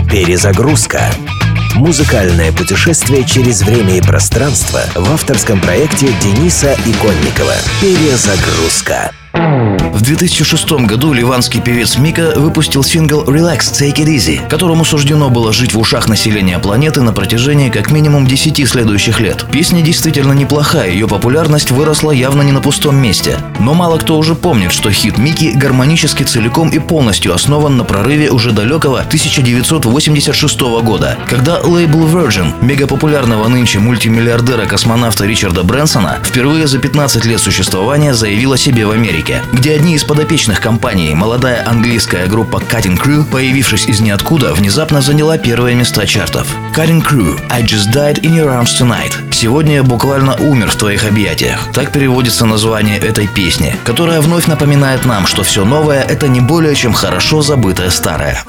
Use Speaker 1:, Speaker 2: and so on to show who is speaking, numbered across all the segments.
Speaker 1: Перезагрузка. Музыкальное путешествие через время и пространство в авторском проекте Дениса Иконникова. Перезагрузка.
Speaker 2: В 2006 году ливанский певец Мика выпустил сингл «Relax, Take It Easy», которому суждено было жить в ушах населения планеты на протяжении как минимум 10 следующих лет. Песня действительно неплохая, ее популярность выросла явно не на пустом месте. Но мало кто уже помнит, что хит Мики гармонически целиком и полностью основан на прорыве уже далекого 1986 года, когда лейбл Virgin, мегапопулярного нынче мультимиллиардера-космонавта Ричарда Брэнсона, впервые за 15 лет существования заявил о себе в Америке, где одни из подопечных компании, молодая английская группа Cutting Crew, появившись из ниоткуда, внезапно заняла первые места чартов. Cutting Crew, I just died in your arms tonight. Сегодня я буквально умер в твоих объятиях. Так переводится название этой песни, которая вновь напоминает нам, что все новое — это не более чем хорошо забытое старое.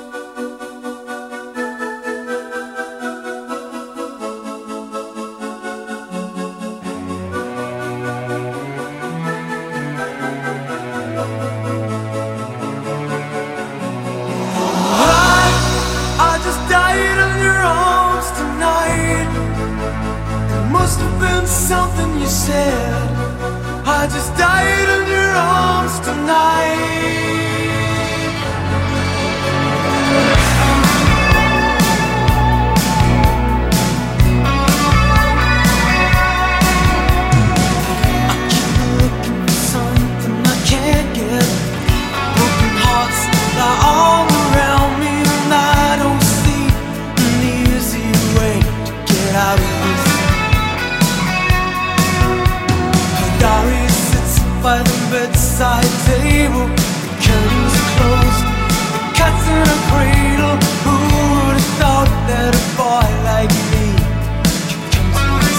Speaker 3: Something you said, I just died in your arms tonight. I keep looking for something I can't get. Broken hearts lie all around me, and I don't see an easy way to get out of this. Diary sits by the bedside table. The curtains are closed, the cat's in a cradle. Who would have thought that a boy like me could come to this?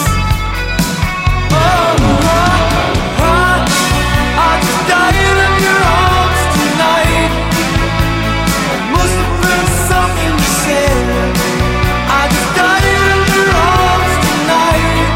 Speaker 3: I just died in your arms tonight. It must have been something you said. I just died in your arms tonight.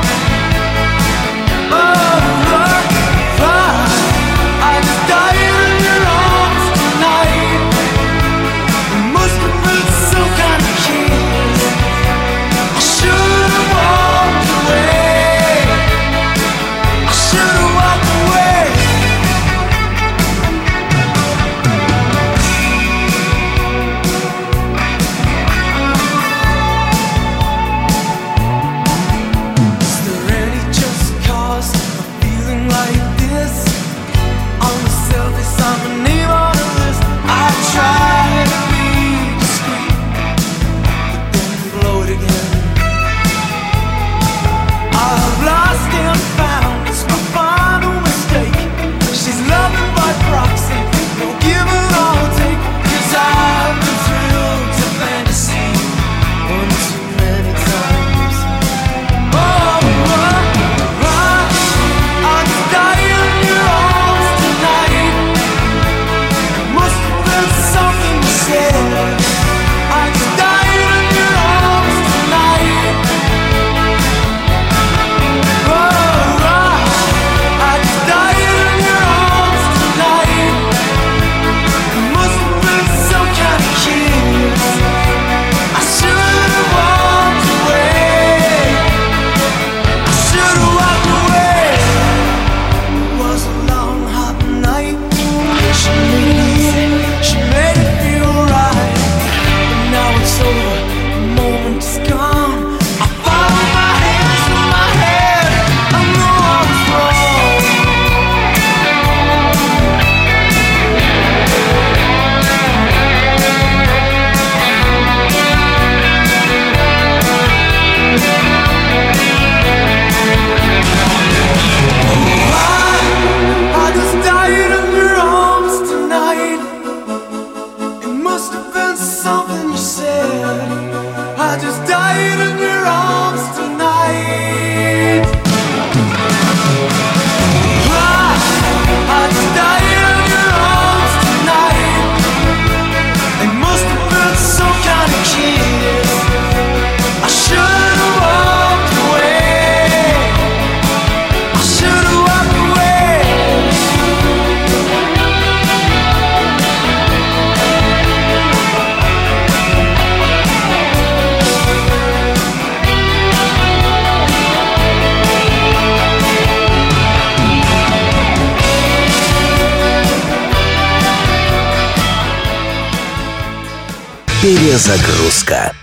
Speaker 1: Перезагрузка.